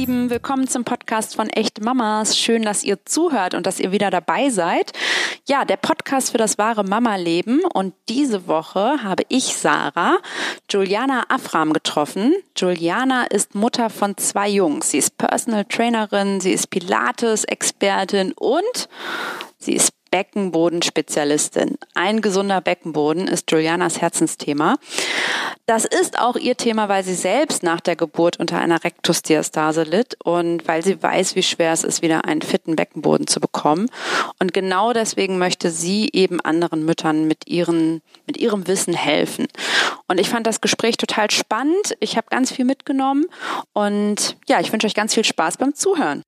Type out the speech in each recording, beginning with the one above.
Lieben, willkommen zum Podcast von Echte Mamas. Schön, dass ihr zuhört und dass ihr wieder dabei seid. Ja, der Podcast für das wahre Mama-Leben. Und diese Woche habe ich, Sarah, Juliana Afram getroffen. Juliana ist Mutter von 2 Jungs. Sie ist Personal Trainerin, sie ist Pilates-Expertin und sie ist Beckenbodenspezialistin. Ein gesunder Beckenboden ist Julianas Herzensthema. Das ist auch ihr Thema, weil sie selbst nach der Geburt unter einer Rektusdiastase litt und weil sie weiß, wie schwer es ist, wieder einen fitten Beckenboden zu bekommen. Und genau deswegen möchte sie eben anderen Müttern mit ihrem Wissen helfen. Und ich fand das Gespräch total spannend. Ich habe ganz viel mitgenommen und ja, ich wünsche euch ganz viel Spaß beim Zuhören.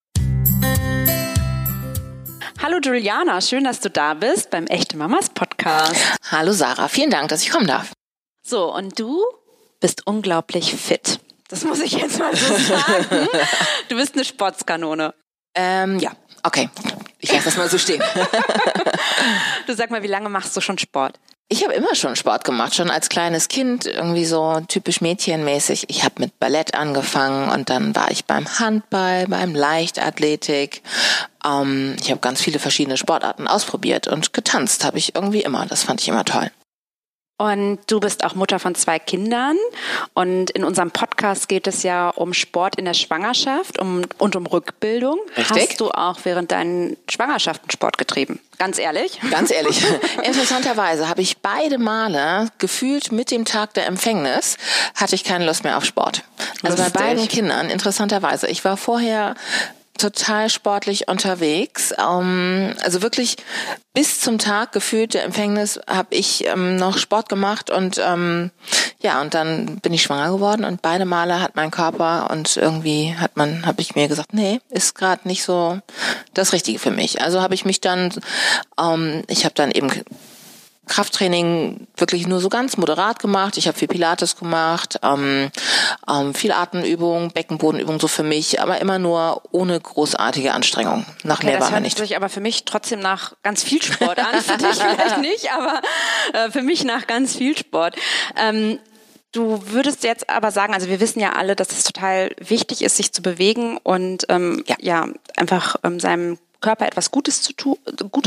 Hallo Juliana, schön, dass du da bist beim Echte Mamas Podcast. Hallo Sarah, vielen Dank, dass ich kommen darf. So, und du bist unglaublich fit. Das muss ich jetzt mal so sagen. Du bist eine Sportskanone. Ja, okay. Ich lasse das mal so stehen. Du sag mal, wie lange machst du schon Sport? Ich habe immer schon Sport gemacht, schon als kleines Kind, irgendwie so typisch mädchenmäßig. Ich habe mit Ballett angefangen und dann war ich beim Handball, beim Leichtathletik. Ich habe ganz viele verschiedene Sportarten ausprobiert und getanzt habe ich irgendwie immer. Das fand ich immer toll. Und du bist auch Mutter von 2 Kindern und in unserem Podcast geht es ja um Sport in der Schwangerschaft und um Rückbildung. Richtig. Hast du auch während deinen Schwangerschaften Sport getrieben? Ganz ehrlich? Ganz ehrlich. Interessanterweise habe ich beide Male gefühlt mit dem Tag der Empfängnis hatte ich keine Lust mehr auf Sport. Also bei beiden Kindern, interessanterweise. Ich war vorher total sportlich unterwegs. Also wirklich bis zum Tag gefühlt der Empfängnis habe ich noch Sport gemacht und und dann bin ich schwanger geworden und beide Male hat mein Körper und irgendwie habe ich mir gesagt, nee, ist gerade nicht so das Richtige für mich. Also habe ich mich dann, ich habe dann eben Krafttraining wirklich nur so ganz moderat gemacht. Ich habe viel Pilates gemacht, viel Atemübung, Beckenbodenübung so für mich, aber immer nur ohne großartige Anstrengung. Nach mehr war mir nicht. Das hört sich aber für mich trotzdem nach ganz viel Sport an. Für dich vielleicht nicht, aber für mich nach ganz viel Sport. Du würdest jetzt aber sagen, also wir wissen ja alle, dass es total wichtig ist, sich zu bewegen und einfach seinem Körper etwas Gutes zu tun.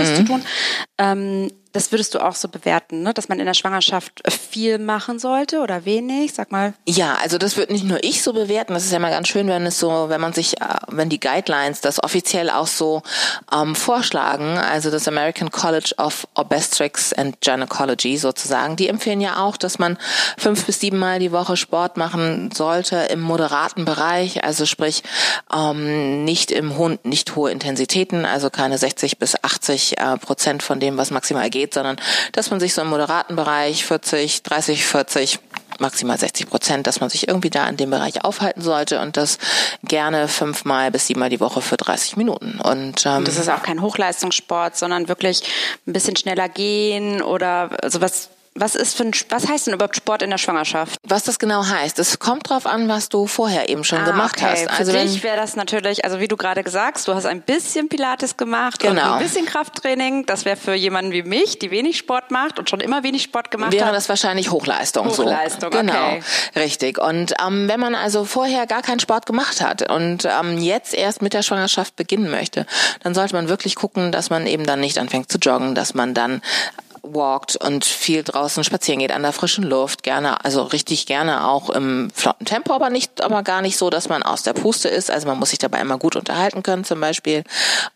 Das würdest du auch so bewerten, ne? Dass man in der Schwangerschaft viel machen sollte oder wenig? Sag mal. Ja, also das wird nicht nur ich so bewerten. Das ist ja mal ganz schön, wenn die Guidelines das offiziell auch so vorschlagen. Also das American College of Obstetrics and Gynecology sozusagen. Die empfehlen ja auch, dass man 5 bis 7 Mal die Woche Sport machen sollte im moderaten Bereich. Also sprich nicht hohe Intensitäten, also keine 60 bis 80% von dem, was maximal geht, sondern dass man sich so im moderaten Bereich 30, 40, maximal 60%, dass man sich irgendwie da in dem Bereich aufhalten sollte und das gerne 5 Mal bis 7 Mal die Woche für 30 Minuten. Und das ist auch kein Hochleistungssport, sondern wirklich ein bisschen schneller gehen oder sowas. Was heißt denn überhaupt Sport in der Schwangerschaft? Was das genau heißt, es kommt drauf an, was du vorher eben schon gemacht hast. Also für dich wäre das natürlich, also wie du gerade gesagt hast, du hast ein bisschen Pilates gemacht und ein bisschen Krafttraining. Das wäre für jemanden wie mich, die wenig Sport macht und schon immer wenig Sport gemacht hat. Wäre das wahrscheinlich Hochleistung. Hochleistung, so. Genau, okay. Richtig. Und wenn man also vorher gar keinen Sport gemacht hat und jetzt erst mit der Schwangerschaft beginnen möchte, dann sollte man wirklich gucken, dass man eben dann nicht anfängt zu joggen, dass man dann walkt und viel draußen spazieren geht an der frischen Luft, richtig gerne auch im flotten Tempo, aber gar nicht so, dass man aus der Puste ist. Also man muss sich dabei immer gut unterhalten können zum Beispiel.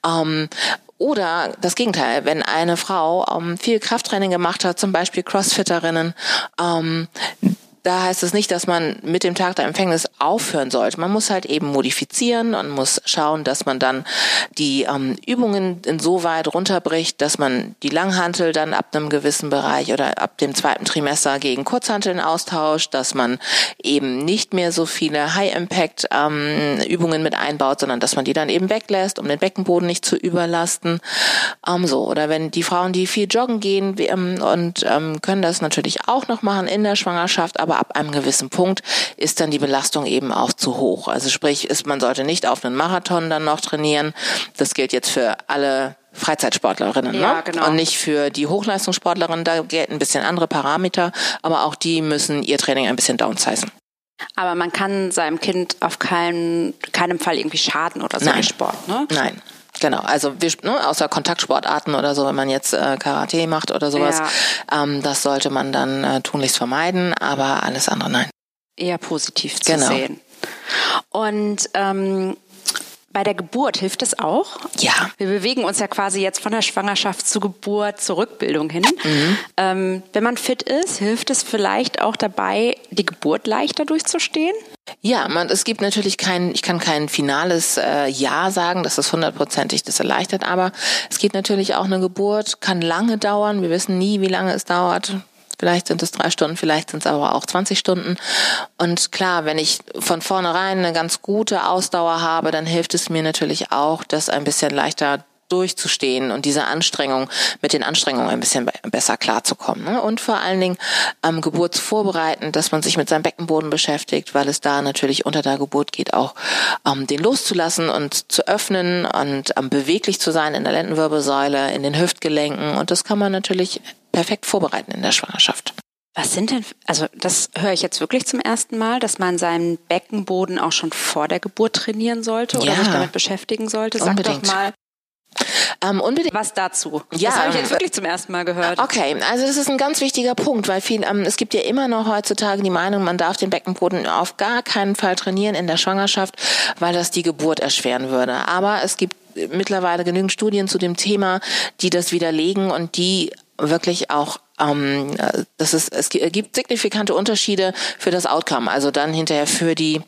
Oder das Gegenteil, wenn eine Frau viel Krafttraining gemacht hat, zum Beispiel Crossfitterinnen, da heißt es nicht, dass man mit dem Tag der Empfängnis aufhören sollte. Man muss halt eben modifizieren und muss schauen, dass man dann die Übungen insoweit runterbricht, dass man die Langhantel dann ab einem gewissen Bereich oder ab dem 2. Trimester gegen Kurzhanteln austauscht, dass man eben nicht mehr so viele High-Impact-Übungen mit einbaut, sondern dass man die dann eben weglässt, um den Beckenboden nicht zu überlasten. Oder wenn die Frauen, die viel joggen gehen können das natürlich auch noch machen in der Schwangerschaft, aber ab einem gewissen Punkt ist dann die Belastung eben auch zu hoch. Also sprich, man sollte nicht auf einen Marathon dann noch trainieren. Das gilt jetzt für alle Freizeitsportlerinnen, ja, genau. Und nicht für die Hochleistungssportlerinnen. Da gelten ein bisschen andere Parameter, aber auch die müssen ihr Training ein bisschen downsizen. Aber man kann seinem Kind auf keinem Fall irgendwie schaden oder so im Sport, ne? Nein. Genau, also außer Kontaktsportarten oder so, wenn man jetzt Karate macht oder sowas, das sollte man dann tunlichst vermeiden, aber alles andere nein. Eher positiv zu sehen. Und bei der Geburt hilft es auch? Ja. Wir bewegen uns ja quasi jetzt von der Schwangerschaft zur Geburt, zur Rückbildung hin. Wenn man fit ist, hilft es vielleicht auch dabei, die Geburt leichter durchzustehen? Ja, es gibt natürlich ich kann kein finales Ja sagen, dass das 100%ig das erleichtert, aber es gibt natürlich auch eine Geburt, kann lange dauern. Wir wissen nie, wie lange es dauert. Vielleicht sind es 3 Stunden, vielleicht sind es aber auch 20 Stunden. Und klar, wenn ich von vornherein eine ganz gute Ausdauer habe, dann hilft es mir natürlich auch, das ein bisschen leichter durchzustehen und diese mit den Anstrengungen ein bisschen besser klarzukommen. Ne? Und vor allen Dingen geburtsvorbereitend, dass man sich mit seinem Beckenboden beschäftigt, weil es da natürlich unter der Geburt geht, auch den loszulassen und zu öffnen und beweglich zu sein in der Lendenwirbelsäule, in den Hüftgelenken. Und das kann man natürlich perfekt vorbereiten in der Schwangerschaft. Was sind denn, also das höre ich jetzt wirklich zum ersten Mal, dass man seinen Beckenboden auch schon vor der Geburt trainieren sollte oder sich damit beschäftigen sollte? Sag doch mal. Unbedingt. Was dazu? Ja, das habe ich jetzt wirklich zum ersten Mal gehört. Okay, also das ist ein ganz wichtiger Punkt, weil es gibt ja immer noch heutzutage die Meinung, man darf den Beckenboden auf gar keinen Fall trainieren in der Schwangerschaft, weil das die Geburt erschweren würde. Aber es gibt mittlerweile genügend Studien zu dem Thema, die das widerlegen und die wirklich auch es gibt signifikante Unterschiede für das Outcome, also dann hinterher für die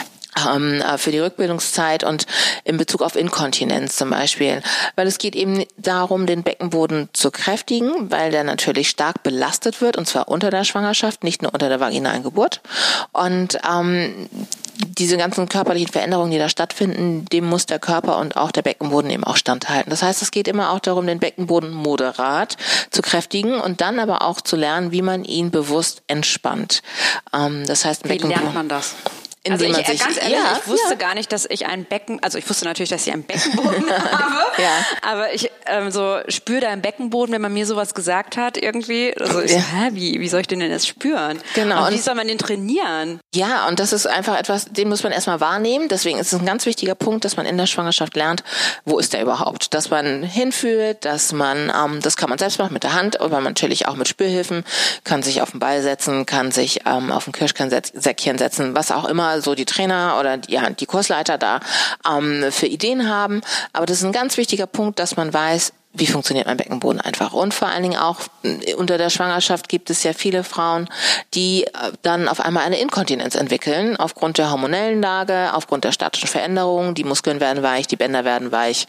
Rückbildungszeit und in Bezug auf Inkontinenz zum Beispiel. Weil es geht eben darum, den Beckenboden zu kräftigen, weil der natürlich stark belastet wird und zwar unter der Schwangerschaft, nicht nur unter der vaginalen Geburt. Und diese ganzen körperlichen Veränderungen, die da stattfinden, dem muss der Körper und auch der Beckenboden eben auch standhalten. Das heißt, es geht immer auch darum, den Beckenboden moderat zu kräftigen und dann aber auch zu lernen, wie man ihn bewusst entspannt. Das heißt, wie lernt man das? Also ganz ehrlich, ich wusste gar nicht, dass ich ich wusste natürlich, dass ich einen Beckenboden habe, aber ich spüre da im Beckenboden, wenn man mir sowas gesagt hat irgendwie, wie soll ich den denn jetzt spüren? Genau. Und wie soll man den trainieren? Ja, und das ist einfach etwas, den muss man erstmal wahrnehmen, deswegen ist es ein ganz wichtiger Punkt, dass man in der Schwangerschaft lernt, wo ist der überhaupt? Dass man hinfühlt, dass man, das kann man selbst machen mit der Hand, aber natürlich auch mit Spürhilfen, kann sich auf den Ball setzen, kann sich auf ein Kirschkernsäckchen setzen, was auch immer so die Trainer oder die Kursleiter da für Ideen haben. Aber das ist ein ganz wichtiger Punkt, dass man weiß, wie funktioniert mein Beckenboden einfach. Und vor allen Dingen auch unter der Schwangerschaft gibt es ja viele Frauen, die dann auf einmal eine Inkontinenz entwickeln, aufgrund der hormonellen Lage, aufgrund der statischen Veränderungen. Die Muskeln werden weich, die Bänder werden weich.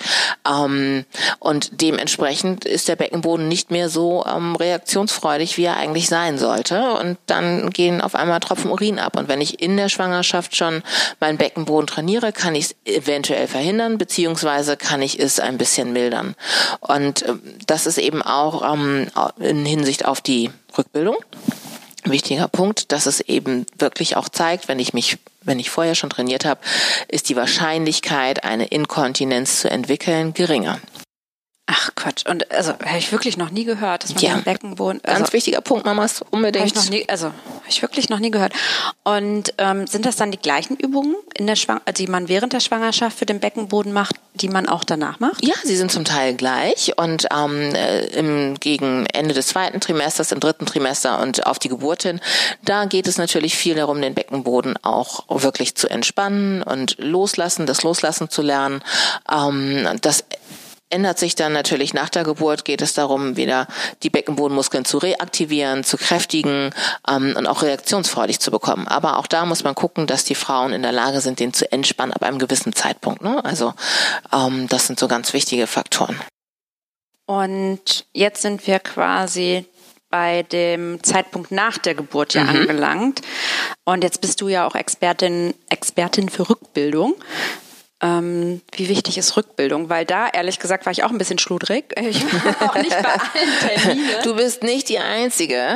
Und dementsprechend ist der Beckenboden nicht mehr so reaktionsfreudig, wie er eigentlich sein sollte. Und dann gehen auf einmal Tropfen Urin ab. Und wenn ich in der Schwangerschaft schon meinen Beckenboden trainiere, kann ich es eventuell verhindern, beziehungsweise kann ich es ein bisschen mildern. Und das ist eben auch in Hinsicht auf die Rückbildung ein wichtiger Punkt, dass es eben wirklich auch zeigt, wenn ich vorher schon trainiert habe, ist die Wahrscheinlichkeit, eine Inkontinenz zu entwickeln, geringer. Ach Quatsch, und also habe ich wirklich noch nie gehört, dass man im Beckenboden... Ganz wichtiger Punkt, Mamas, unbedingt. Habe ich wirklich noch nie gehört. Und sind das dann die gleichen Übungen, die man während der Schwangerschaft für den Beckenboden macht, die man auch danach macht? Ja, sie sind zum Teil gleich und gegen Ende des 2. Trimesters, im 3. Trimester und auf die Geburt hin, da geht es natürlich viel darum, den Beckenboden auch wirklich zu entspannen und das Loslassen zu lernen. Das ändert sich dann natürlich nach der Geburt, geht es darum, wieder die Beckenbodenmuskeln zu reaktivieren, zu kräftigen und auch reaktionsfreudig zu bekommen. Aber auch da muss man gucken, dass die Frauen in der Lage sind, den zu entspannen ab einem gewissen Zeitpunkt. Ne? Also das sind so ganz wichtige Faktoren. Und jetzt sind wir quasi bei dem Zeitpunkt nach der Geburt angelangt. Und jetzt bist du ja auch Expertin für Rückbildung. Wie wichtig ist Rückbildung? Weil da, ehrlich gesagt, war ich auch ein bisschen schludrig. Ich war auch nicht bei allen Terminen. Du bist nicht die Einzige.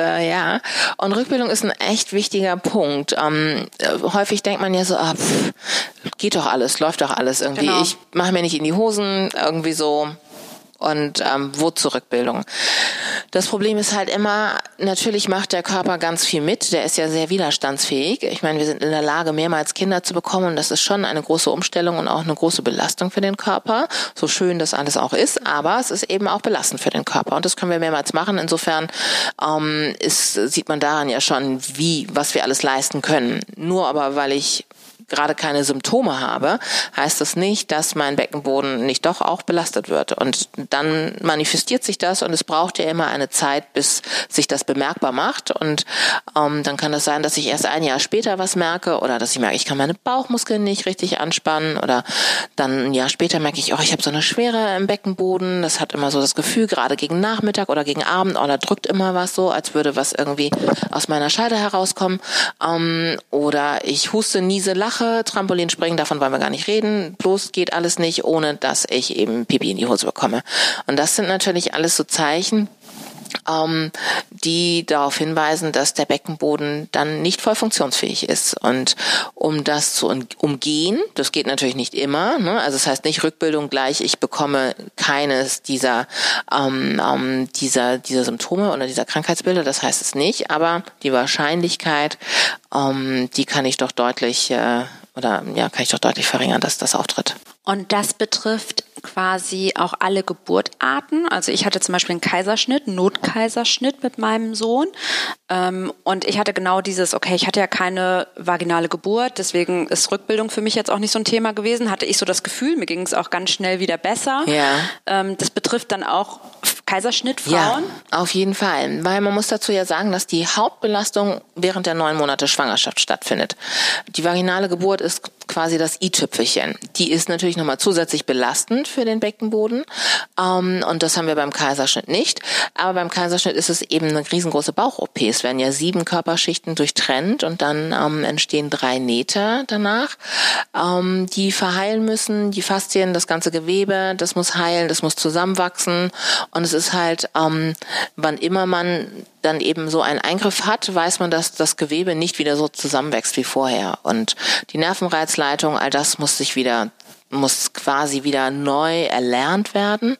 Und Rückbildung ist ein echt wichtiger Punkt. Häufig denkt man ja so, geht doch alles, läuft doch alles irgendwie. Genau. Ich mache mir nicht in die Hosen, irgendwie so. und Wurzurückbildung. Das Problem ist halt immer, natürlich macht der Körper ganz viel mit, der ist ja sehr widerstandsfähig. Ich meine, wir sind in der Lage, mehrmals Kinder zu bekommen und das ist schon eine große Umstellung und auch eine große Belastung für den Körper, so schön das alles auch ist, aber es ist eben auch belastend für den Körper und das können wir mehrmals machen. Insofern sieht man daran ja schon, was wir alles leisten können. Nur aber, weil ich gerade keine Symptome habe, heißt das nicht, dass mein Beckenboden nicht doch auch belastet wird. Und dann manifestiert sich das und es braucht ja immer eine Zeit, bis sich das bemerkbar macht. Und dann kann das sein, dass ich erst ein Jahr später was merke oder dass ich merke, ich kann meine Bauchmuskeln nicht richtig anspannen oder dann ein Jahr später merke ich, ich habe so eine Schwere im Beckenboden. Das hat immer so das Gefühl, gerade gegen Nachmittag oder gegen Abend, da drückt immer was so, als würde was irgendwie aus meiner Scheide herauskommen. Oder ich huste, niese, lache, Trampolinspringen, davon wollen wir gar nicht reden. Bloß geht alles nicht, ohne dass ich eben Pipi in die Hose bekomme. Und das sind natürlich alles so Zeichen, die darauf hinweisen, dass der Beckenboden dann nicht voll funktionsfähig ist. Und um das zu umgehen, das geht natürlich nicht immer, ne? Also das heißt nicht Rückbildung gleich, ich bekomme keines dieser Symptome oder dieser Krankheitsbilder, das heißt es nicht, aber die Wahrscheinlichkeit, die kann ich doch deutlich verringern, dass das auftritt. Und das betrifft quasi auch alle Geburtarten. Also ich hatte zum Beispiel einen Notkaiserschnitt mit meinem Sohn. Und ich hatte genau ich hatte ja keine vaginale Geburt, deswegen ist Rückbildung für mich jetzt auch nicht so ein Thema gewesen. Hatte ich so das Gefühl, mir ging es auch ganz schnell wieder besser. Ja. Das betrifft dann auch Kaiserschnittfrauen? Ja, auf jeden Fall. Weil man muss dazu ja sagen, dass die Hauptbelastung während der 9 Monate Schwangerschaft stattfindet. Die vaginale Geburt ist quasi das i-Tüpfelchen. Die ist natürlich nochmal zusätzlich belastend für den Beckenboden. Und das haben wir beim Kaiserschnitt nicht. Aber beim Kaiserschnitt ist es eben eine riesengroße Bauch-OP. Es werden ja 7 Körperschichten durchtrennt und dann entstehen 3 Nähte danach, die verheilen müssen. Die Faszien, das ganze Gewebe, das muss heilen, das muss zusammenwachsen. Und es ist halt, wann immer man dann eben so einen Eingriff hat, weiß man, dass das Gewebe nicht wieder so zusammenwächst wie vorher. Und die Nervenreizleitung, all das muss quasi wieder neu erlernt werden,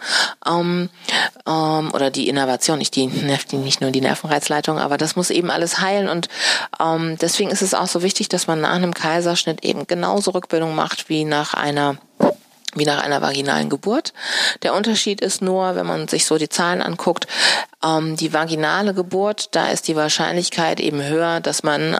oder die Innervation, nicht nur die Nervenreizleitung, aber das muss eben alles heilen und deswegen ist es auch so wichtig, dass man nach einem Kaiserschnitt eben genauso Rückbildung macht wie nach einer vaginalen Geburt. Der Unterschied ist nur, wenn man sich so die Zahlen anguckt, die vaginale Geburt, da ist die Wahrscheinlichkeit eben höher, dass man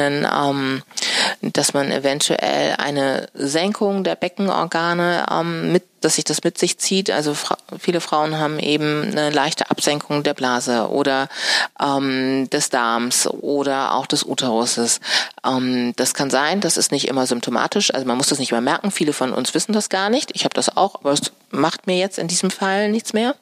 eventuell eine Senkung der Beckenorgane dass sich das mit sich zieht. Also viele Frauen haben eben eine leichte Absenkung der Blase oder des Darms oder auch des Uteruses. Das kann sein, das ist nicht immer symptomatisch, also man muss das nicht immer merken. Viele von uns wissen das gar nicht. Ich habe das auch, aber es macht mir jetzt in diesem Fall nichts mehr.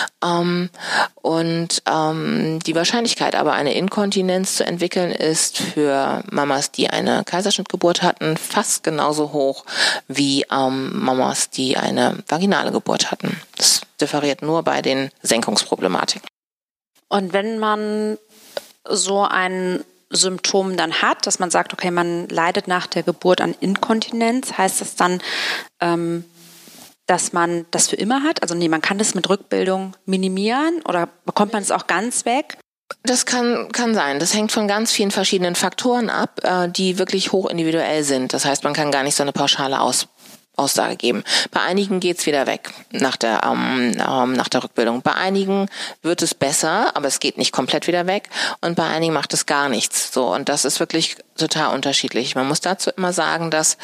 Die Wahrscheinlichkeit aber eine Inkontinenz zu entwickeln ist für Mamas, die eine Kaiserschnittgeburt hatten, fast genauso hoch wie Mamas, die eine vaginale Geburt hatten. Das differiert nur bei den Senkungsproblematiken. Und wenn man so ein Symptom dann hat, dass man sagt, okay, man leidet nach der Geburt an Inkontinenz, heißt das dann, dass man das für immer hat? Also man kann das mit Rückbildung minimieren oder bekommt man es auch ganz weg? Das kann sein. Das hängt von ganz vielen verschiedenen Faktoren ab, die wirklich hoch individuell sind. Das heißt, man kann gar nicht so eine pauschale Aussage geben. Bei einigen geht's wieder weg nach der Rückbildung. Bei einigen wird es besser, aber es geht nicht komplett wieder weg. Und bei einigen macht es gar nichts. So, und das ist wirklich total unterschiedlich. Man muss dazu immer sagen, dass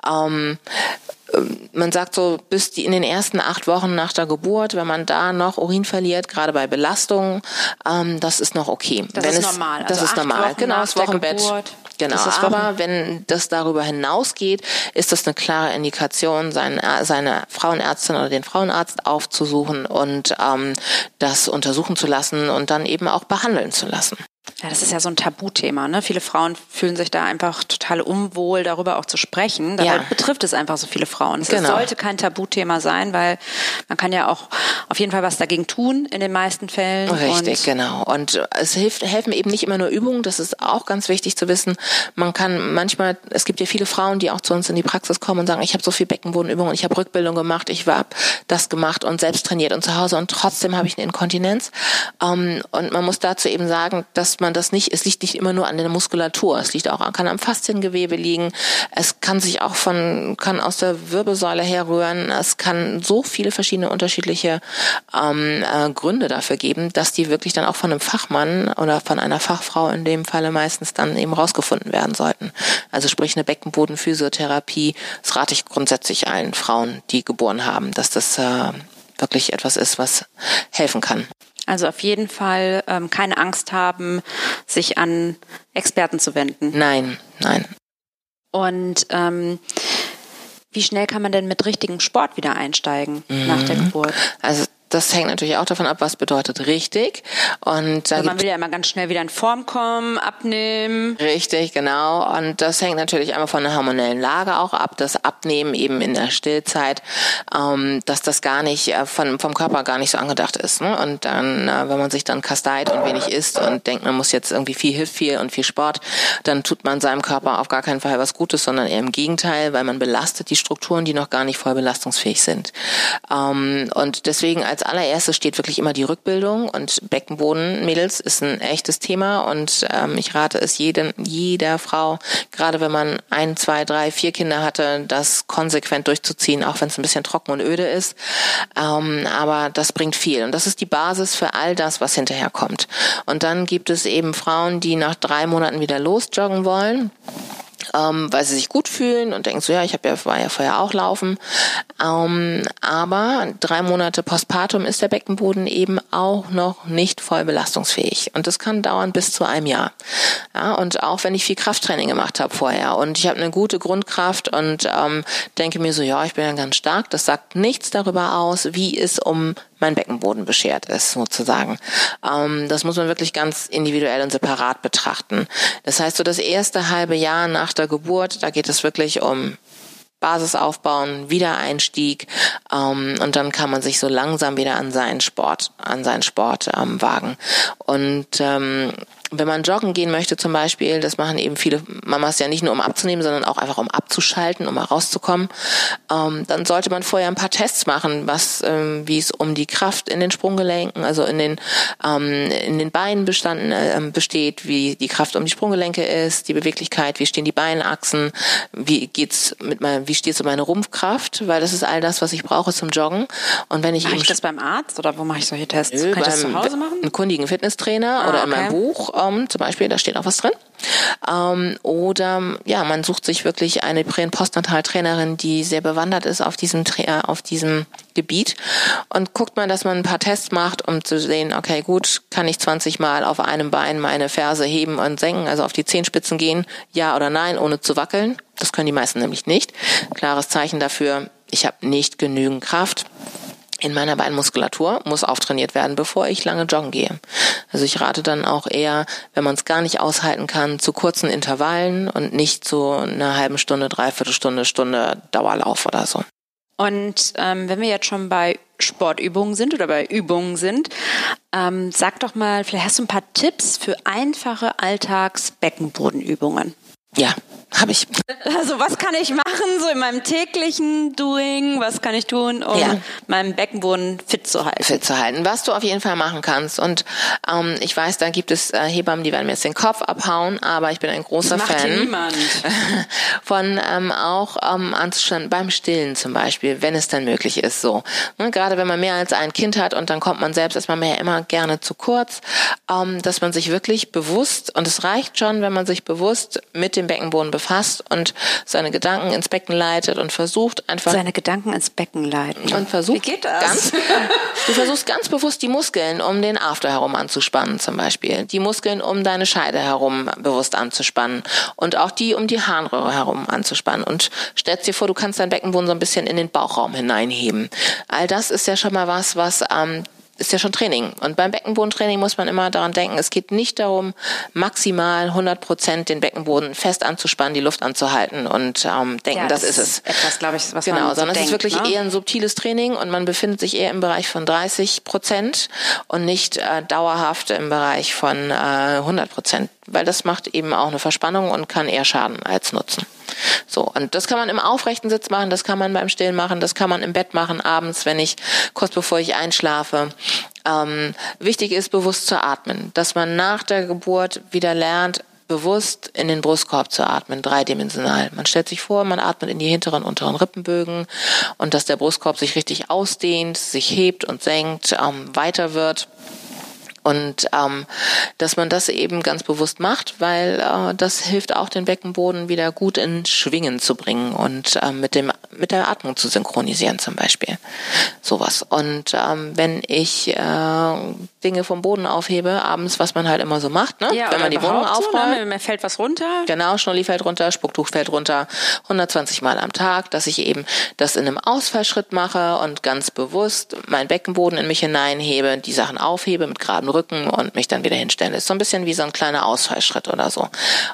man sagt so, in den ersten 8 Wochen nach der Geburt, wenn man da noch Urin verliert, gerade bei Belastungen, das ist noch okay. Das ist normal. Das ist normal. Genau, das Wochenbett. Genau, aber wenn das darüber hinausgeht, ist das eine klare Indikation, seine Frauenärztin oder den Frauenarzt aufzusuchen und das untersuchen zu lassen und dann eben auch behandeln zu lassen. Ja, das ist ja so ein Tabuthema, ne? Viele Frauen fühlen sich da einfach total unwohl, darüber auch zu sprechen. Dabei betrifft es einfach so viele Frauen. Es sollte kein Tabuthema sein, weil man kann ja auch auf jeden Fall was dagegen tun in den meisten Fällen. Richtig, genau. Und es helfen eben nicht immer nur Übungen, das ist auch ganz wichtig zu wissen. Man kann manchmal, es gibt ja viele Frauen, die auch zu uns in die Praxis kommen und sagen, ich habe so viel Beckenbodenübungen, ich habe Rückbildung gemacht, ich habe das gemacht und selbst trainiert und zu Hause und trotzdem habe ich eine Inkontinenz. Und man muss dazu eben sagen, dass man das nicht, es liegt nicht immer nur an der Muskulatur, es liegt auch, kann am Fasziengewebe liegen, es kann sich auch kann aus der Wirbelsäule herrühren, es kann so viele verschiedene unterschiedliche Gründe dafür geben, dass die wirklich dann auch von einem Fachmann oder von einer Fachfrau in dem Falle meistens dann eben rausgefunden werden sollten. Also sprich eine Beckenbodenphysiotherapie, das rate ich grundsätzlich allen Frauen, die geboren haben, dass das wirklich etwas ist, was helfen kann. Also auf jeden Fall keine Angst haben, sich an Experten zu wenden. Nein. Und wie schnell kann man denn mit richtigem Sport wieder einsteigen nach der Geburt? Also das hängt natürlich auch davon ab, was bedeutet richtig. Und da man will ja immer ganz schnell wieder in Form kommen, abnehmen. Richtig, genau. Und das hängt natürlich einmal von der hormonellen Lage auch ab. Das Abnehmen eben in der Stillzeit, dass das gar nicht vom Körper gar nicht so angedacht ist. Ne? Und dann, wenn man sich dann kasteit und wenig isst und denkt, man muss jetzt irgendwie hilft viel und viel Sport, dann tut man seinem Körper auf gar keinen Fall was Gutes, sondern eher im Gegenteil, weil man belastet die Strukturen, die noch gar nicht voll belastungsfähig sind. Und deswegen als allererstes steht wirklich immer die Rückbildung und Beckenboden, Mädels, ist ein echtes Thema und ich rate es jeder Frau, gerade wenn man 1, 2, 3, 4 Kinder hatte, das konsequent durchzuziehen, auch wenn es ein bisschen trocken und öde ist. Aber das bringt viel und das ist die Basis für all das, was hinterher kommt. Und dann gibt es eben Frauen, die nach 3 Monaten wieder losjoggen wollen. Weil sie sich gut fühlen und denken so, ja, war ja vorher auch laufen. Aber 3 Monate postpartum ist der Beckenboden eben auch noch nicht voll belastungsfähig. Und das kann dauern bis zu einem Jahr. Ja, und auch wenn ich viel Krafttraining gemacht habe vorher und ich habe eine gute Grundkraft und denke mir so, ja, ich bin ja ganz stark, das sagt nichts darüber aus, wie es um mein Beckenboden beschert ist, sozusagen. Das muss man wirklich ganz individuell und separat betrachten. Das heißt, so das erste halbe Jahr nach der Geburt, da geht es wirklich um Basis aufbauen, Wiedereinstieg, und dann kann man sich so langsam wieder an seinen Sport wagen. Und wenn man joggen gehen möchte zum Beispiel, das machen eben viele Mamas ja nicht nur um abzunehmen, sondern auch einfach um abzuschalten, um mal rauszukommen, dann sollte man vorher ein paar Tests machen, wie es um die Kraft in den Sprunggelenken, also in den Beinen besteht, wie die Kraft um die Sprunggelenke ist, die Beweglichkeit, wie stehen die Beinachsen, wie steht so meine Rumpfkraft, weil das ist all das, was ich brauche zum Joggen. Und wenn mache ich das beim Arzt oder wo mache ich solche Tests? Kann ich das zu Hause machen? Einen kundigen Fitnesstrainer oder in meinem Buch zum Beispiel, da steht auch was drin. Oder ja, man sucht sich wirklich eine Prä- und Postnataltrainerin, die sehr bewandert ist auf diesem Gebiet und guckt mal, dass man ein paar Tests macht, um zu sehen, okay, gut, kann ich 20 Mal auf einem Bein meine Ferse heben und senken, also auf die Zehenspitzen gehen, ja oder nein, ohne zu wackeln. Das können die meisten nämlich nicht. Klares Zeichen dafür, ich habe nicht genügend Kraft. In meiner Beinmuskulatur muss auftrainiert werden, bevor ich lange joggen gehe. Also ich rate dann auch eher, wenn man es gar nicht aushalten kann, zu kurzen Intervallen und nicht zu einer halben Stunde, Dreiviertelstunde, Dauerlauf oder so. Und wenn wir jetzt schon bei Sportübungen sind oder bei Übungen sind, sag doch mal, vielleicht hast du ein paar Tipps für einfache Alltags-Beckenbodenübungen. Ja, habe ich. Also was kann ich machen, so in meinem täglichen Doing, was kann ich tun, um meinen Beckenboden fit zu halten? Was du auf jeden Fall machen kannst. Und ich weiß, da gibt es Hebammen, die werden mir jetzt den Kopf abhauen, aber ich bin ein großer Fan. Macht hier niemand. Von auch anzuschauen, beim Stillen zum Beispiel, wenn es dann möglich ist. So, ne, gerade wenn man mehr als ein Kind hat und dann kommt man selbst erstmal immer gerne zu kurz, dass man sich wirklich bewusst, und es reicht schon, wenn man sich bewusst mit dem Beckenboden befasst und seine Gedanken ins Becken leitet und versucht einfach... Seine Gedanken ins Becken leiten. Und versucht Wie geht das? Du versuchst ganz bewusst die Muskeln um den After herum anzuspannen zum Beispiel. Die Muskeln um deine Scheide herum bewusst anzuspannen. Und auch die um die Harnröhre herum anzuspannen. Und stellst dir vor, du kannst deinen Beckenboden so ein bisschen in den Bauchraum hineinheben. All das ist ja schon mal was ist ja schon Training. Und beim Beckenbodentraining muss man immer daran denken, es geht nicht darum, maximal 100% den Beckenboden fest anzuspannen, die Luft anzuhalten und denken, das ist es. Etwas, glaube ich, was genau, man so sondern denkt, es ist wirklich ne? eher ein subtiles Training und man befindet sich eher im Bereich von 30% und nicht dauerhaft im Bereich von 100%, weil das macht eben auch eine Verspannung und kann eher schaden als nutzen. So, und das kann man im aufrechten Sitz machen, das kann man beim Stillen machen, das kann man im Bett machen, abends, kurz bevor ich einschlafe. Wichtig ist, bewusst zu atmen, dass man nach der Geburt wieder lernt, bewusst in den Brustkorb zu atmen, dreidimensional. Man stellt sich vor, man atmet in die hinteren und unteren Rippenbögen und dass der Brustkorb sich richtig ausdehnt, sich hebt und senkt, weiter wird. Und dass man das eben ganz bewusst macht, weil das hilft auch, den Beckenboden wieder gut in Schwingen zu bringen und mit der Atmung zu synchronisieren zum Beispiel. Sowas. Und wenn ich Dinge vom Boden aufhebe, abends, was man halt immer so macht, ne? Ja, wenn man die Wohnung aufräumt. So, ne? Mir fällt was runter. Genau, Schnulli fällt runter, Spucktuch fällt runter, 120 Mal am Tag, dass ich eben das in einem Ausfallschritt mache und ganz bewusst meinen Beckenboden in mich hineinhebe, die Sachen aufhebe mit geradem Rücken und mich dann wieder hinstelle. Ist so ein bisschen wie so ein kleiner Ausfallschritt oder so.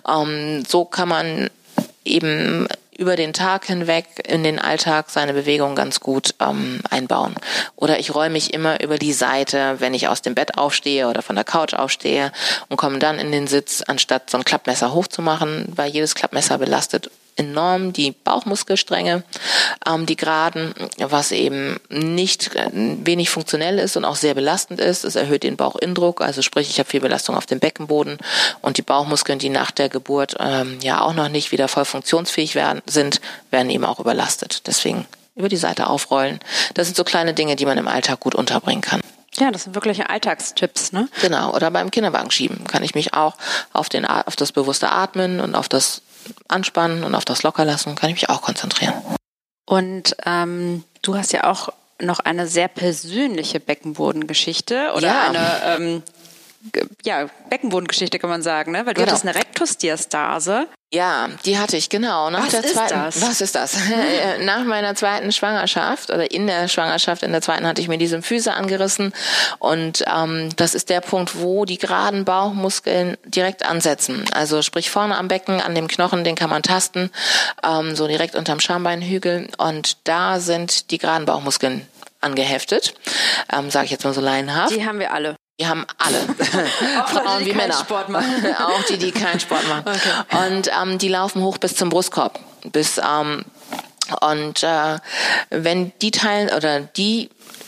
So kann man eben über den Tag hinweg in den Alltag seine Bewegung ganz gut einbauen. Oder ich räume mich immer über die Seite, wenn ich aus dem Bett aufstehe oder von der Couch aufstehe und komme dann in den Sitz, anstatt so ein Klappmesser hochzumachen, weil jedes Klappmesser belastet enorm die Bauchmuskelstränge, die geraden, was eben nicht wenig funktionell ist und auch sehr belastend ist. Es erhöht den Bauchinndruck, also sprich, ich habe viel Belastung auf dem Beckenboden und die Bauchmuskeln, die nach der Geburt ja auch noch nicht wieder voll funktionsfähig werden eben auch überlastet. Deswegen über die Seite aufrollen. Das sind so kleine Dinge, die man im Alltag gut unterbringen kann. Ja, das sind wirkliche Alltagstipps, ne? Genau, oder beim Kinderwagen schieben kann ich mich auch auf das bewusste Atmen und auf das Anspannen und auf das Lockerlassen kann ich mich auch konzentrieren. Und du hast ja auch noch eine sehr persönliche Beckenbodengeschichte oder eine Beckenbodengeschichte kann man sagen, ne? Weil du hattest eine Rektusdiastase. Ja, die hatte ich, genau. Was ist das? Nach meiner zweiten Schwangerschaft oder in der Schwangerschaft, in der zweiten, hatte ich mir die Symphyse angerissen und das ist der Punkt, wo die geraden Bauchmuskeln direkt ansetzen. Also sprich vorne am Becken, an dem Knochen, den kann man tasten, so direkt unterm Schambeinhügel und da sind die geraden Bauchmuskeln angeheftet, sage ich jetzt mal so laienhaft. Die haben wir alle. Die haben alle. Auch Frauen Leute, wie Männer. Sport machen. Auch die keinen Sport machen. Okay. Und die laufen hoch bis zum Brustkorb. Wenn die teilen oder die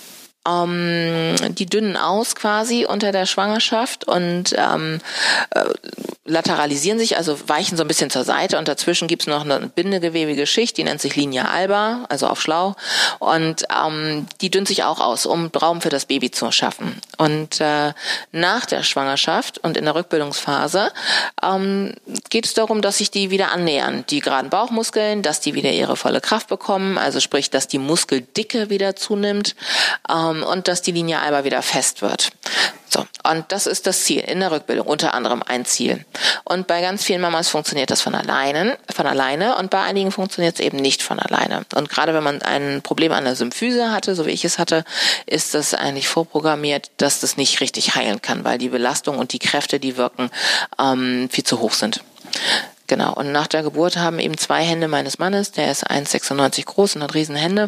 dünnen aus quasi unter der Schwangerschaft und lateralisieren sich, also weichen so ein bisschen zur Seite und dazwischen gibt's noch eine bindegewebige Schicht, die nennt sich Linea alba, also auf schlau und die dünnt sich auch aus, um Raum für das Baby zu schaffen. Und nach der Schwangerschaft und in der Rückbildungsphase geht es darum, dass sich die wieder annähern, die geraden Bauchmuskeln, dass die wieder ihre volle Kraft bekommen, also sprich, dass die Muskeldicke wieder zunimmt und dass die Linea alba wieder fest wird. So, und das ist das Ziel in der Rückbildung, unter anderem ein Ziel. Und bei ganz vielen Mamas funktioniert das von alleine und bei einigen funktioniert es eben nicht von alleine. Und gerade wenn man ein Problem an der Symphyse hatte, so wie ich es hatte, ist das eigentlich vorprogrammiert, dass das nicht richtig heilen kann, weil die Belastung und die Kräfte, die wirken, viel zu hoch sind. Genau, und nach der Geburt haben eben 2 Hände meines Mannes, der ist 1,96 groß und hat Riesenhände,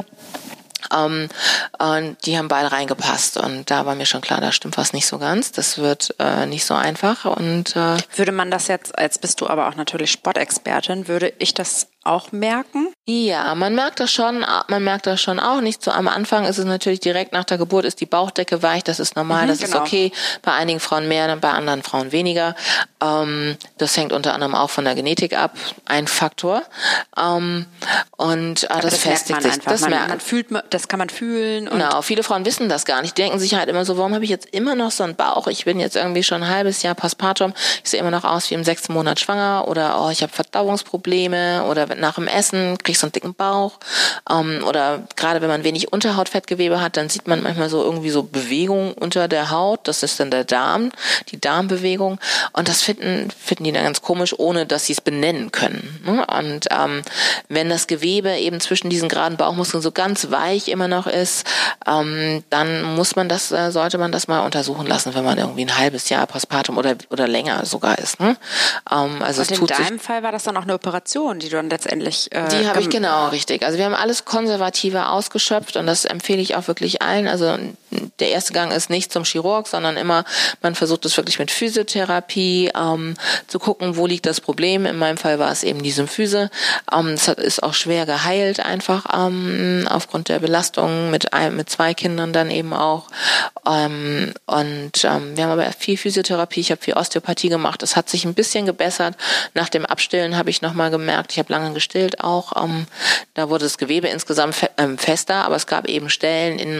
und die haben beide reingepasst und da war mir schon klar, da stimmt was nicht so ganz, das wird nicht so einfach. Und würde man das jetzt bist du aber auch natürlich Sportexpertin, würde ich das auch merken? Ja, man merkt das schon auch. Nicht so am Anfang ist es natürlich direkt nach der Geburt ist die Bauchdecke weich, das ist normal, das ist okay. Bei einigen Frauen mehr, bei anderen Frauen weniger. Das hängt unter anderem auch von der Genetik ab, ein Faktor. Das festigt sich. Das kann man fühlen. Und genau, viele Frauen wissen das gar nicht. Die denken sich halt immer so, warum habe ich jetzt immer noch so einen Bauch? Ich bin jetzt irgendwie schon ein halbes Jahr postpartum. Ich sehe immer noch aus wie im 6. Monat schwanger oder ich habe Verdauungsprobleme oder nach dem Essen kriege nicht so einen dicken Bauch. Oder gerade wenn man wenig Unterhautfettgewebe hat, dann sieht man manchmal so irgendwie so Bewegung unter der Haut. Das ist dann der Darm, die Darmbewegung. Und das finden die dann ganz komisch, ohne dass sie es benennen können. Und wenn das Gewebe eben zwischen diesen geraden Bauchmuskeln so ganz weich immer noch ist, dann sollte man das mal untersuchen lassen, wenn man irgendwie ein halbes Jahr Postpartum oder länger sogar ist. Also und in deinem Fall war das dann auch eine Operation, die du dann letztendlich die habe ich genau, richtig. Also wir haben alles Konservative ausgeschöpft und das empfehle ich auch wirklich allen. Also der erste Gang ist nicht zum Chirurg, sondern immer, man versucht es wirklich mit Physiotherapie zu gucken, wo liegt das Problem. In meinem Fall war es eben die Symphyse. Es ist auch schwer geheilt einfach aufgrund der Belastung mit 2 Kindern dann eben auch. Wir haben aber viel Physiotherapie, ich habe viel Osteopathie gemacht. Es hat sich ein bisschen gebessert. Nach dem Abstillen habe ich nochmal gemerkt, ich habe lange gestillt auch. Da wurde das Gewebe insgesamt fester, aber es gab eben Stellen in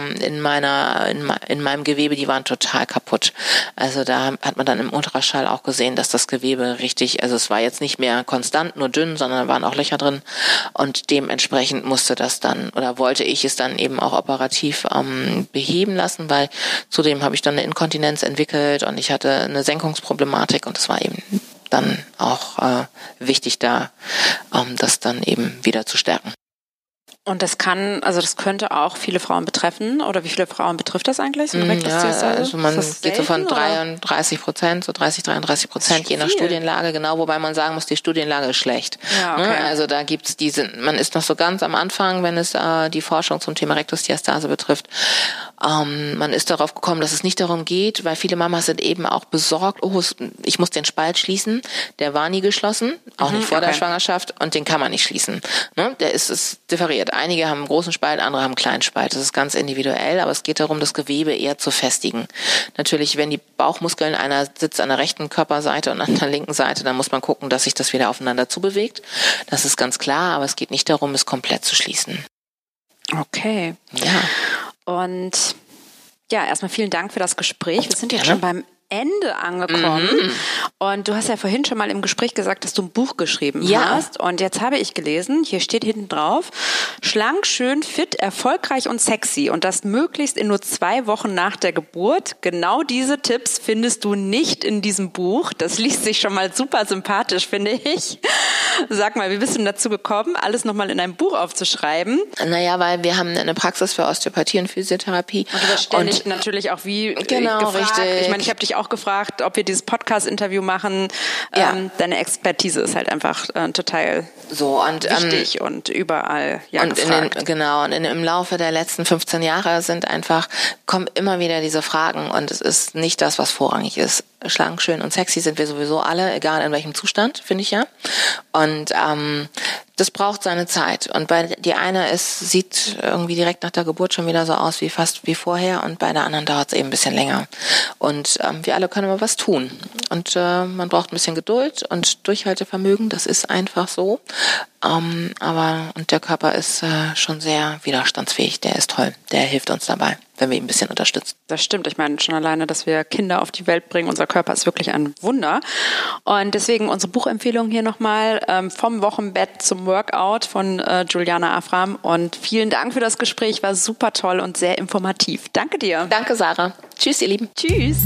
meinem Gewebe, die waren total kaputt. Also da hat man dann im Ultraschall auch gesehen, dass das Gewebe richtig, also es war jetzt nicht mehr konstant, nur dünn, sondern da waren auch Löcher drin und dementsprechend wollte ich es dann eben auch operativ beheben lassen, weil zudem habe ich dann eine Inkontinenz entwickelt und ich hatte eine Senkungsproblematik und es war eben dann auch wichtig, da das dann eben wieder zu stärken. Und das könnte auch viele Frauen betreffen, oder wie viele Frauen betrifft das eigentlich? So also man geht so von 33%, so 33%, je nach Studienlage, genau, wobei man sagen muss, die Studienlage ist schlecht. Ja, okay. Also da gibt's man ist noch so ganz am Anfang, wenn es die Forschung zum Thema Rektusdiastase betrifft. Man ist darauf gekommen, dass es nicht darum geht, weil viele Mamas sind eben auch besorgt, ich muss den Spalt schließen, der war nie geschlossen, auch nicht vor der Schwangerschaft und den kann man nicht schließen. Der ist differiert. Einige haben einen großen Spalt, andere haben einen kleinen Spalt. Das ist ganz individuell, aber es geht darum, das Gewebe eher zu festigen. Natürlich, wenn die Bauchmuskeln, einer sitzt an der rechten Körperseite und an der linken Seite, dann muss man gucken, dass sich das wieder aufeinander zubewegt. Das ist ganz klar, aber es geht nicht darum, es komplett zu schließen. Okay. Ja. Und ja, erstmal vielen Dank für das Gespräch. Wir sind jetzt schon beim Ende angekommen. Und du hast ja vorhin schon mal im Gespräch gesagt, dass du ein Buch geschrieben hast. Und jetzt habe ich gelesen, hier steht hinten drauf, schlank, schön, fit, erfolgreich und sexy. Und das möglichst in nur 2 Wochen nach der Geburt. Genau diese Tipps findest du nicht in diesem Buch. Das liest sich schon mal super sympathisch, finde ich. Sag mal, wie bist du denn dazu gekommen, alles nochmal in einem Buch aufzuschreiben? Naja, weil wir haben eine Praxis für Osteopathie und Physiotherapie. Und du wirst ständig natürlich auch gefragt. Richtig. Ich meine, ich habe dich auch gefragt, ob wir dieses Podcast-Interview machen. Ja. Deine Expertise ist halt einfach total wichtig und überall gefragt. Und im Laufe der letzten 15 Jahre kommen immer wieder diese Fragen und es ist nicht das, was vorrangig ist. Schlank, schön und sexy sind wir sowieso alle, egal in welchem Zustand, finde ich ja. Und das braucht seine Zeit. Und die eine sieht irgendwie direkt nach der Geburt schon wieder so aus fast wie vorher und bei der anderen dauert es eben ein bisschen länger. Und wir alle können aber was tun. Und man braucht ein bisschen Geduld und Durchhaltevermögen, das ist einfach so. Und der Körper ist schon sehr widerstandsfähig, der ist toll, der hilft uns dabei, wenn wir ihn ein bisschen unterstützen. Das stimmt, ich meine schon alleine, dass wir Kinder auf die Welt bringen, unser Körper ist wirklich ein Wunder. Und deswegen unsere Buchempfehlung hier nochmal, vom Wochenbett zum Workout von Juliana Afram. Und vielen Dank für das Gespräch, war super toll und sehr informativ. Danke dir. Danke, Sarah. Tschüss, ihr Lieben. Tschüss.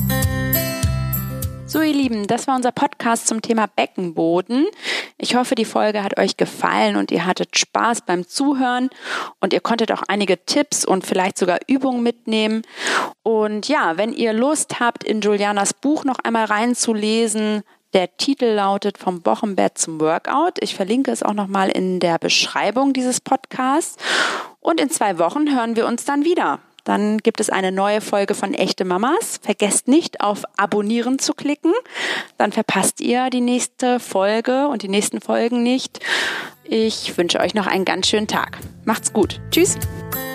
So, ihr Lieben, das war unser Podcast zum Thema Beckenboden. Ich hoffe, die Folge hat euch gefallen und ihr hattet Spaß beim Zuhören und ihr konntet auch einige Tipps und vielleicht sogar Übungen mitnehmen. Und ja, wenn ihr Lust habt, in Julianas Buch noch einmal reinzulesen, der Titel lautet Vom Wochenbett zum Workout. Ich verlinke es auch nochmal in der Beschreibung dieses Podcasts. Und in 2 Wochen hören wir uns dann wieder. Dann gibt es eine neue Folge von Echte Mamas. Vergesst nicht, auf Abonnieren zu klicken. Dann verpasst ihr die nächste Folge und die nächsten Folgen nicht. Ich wünsche euch noch einen ganz schönen Tag. Macht's gut. Tschüss.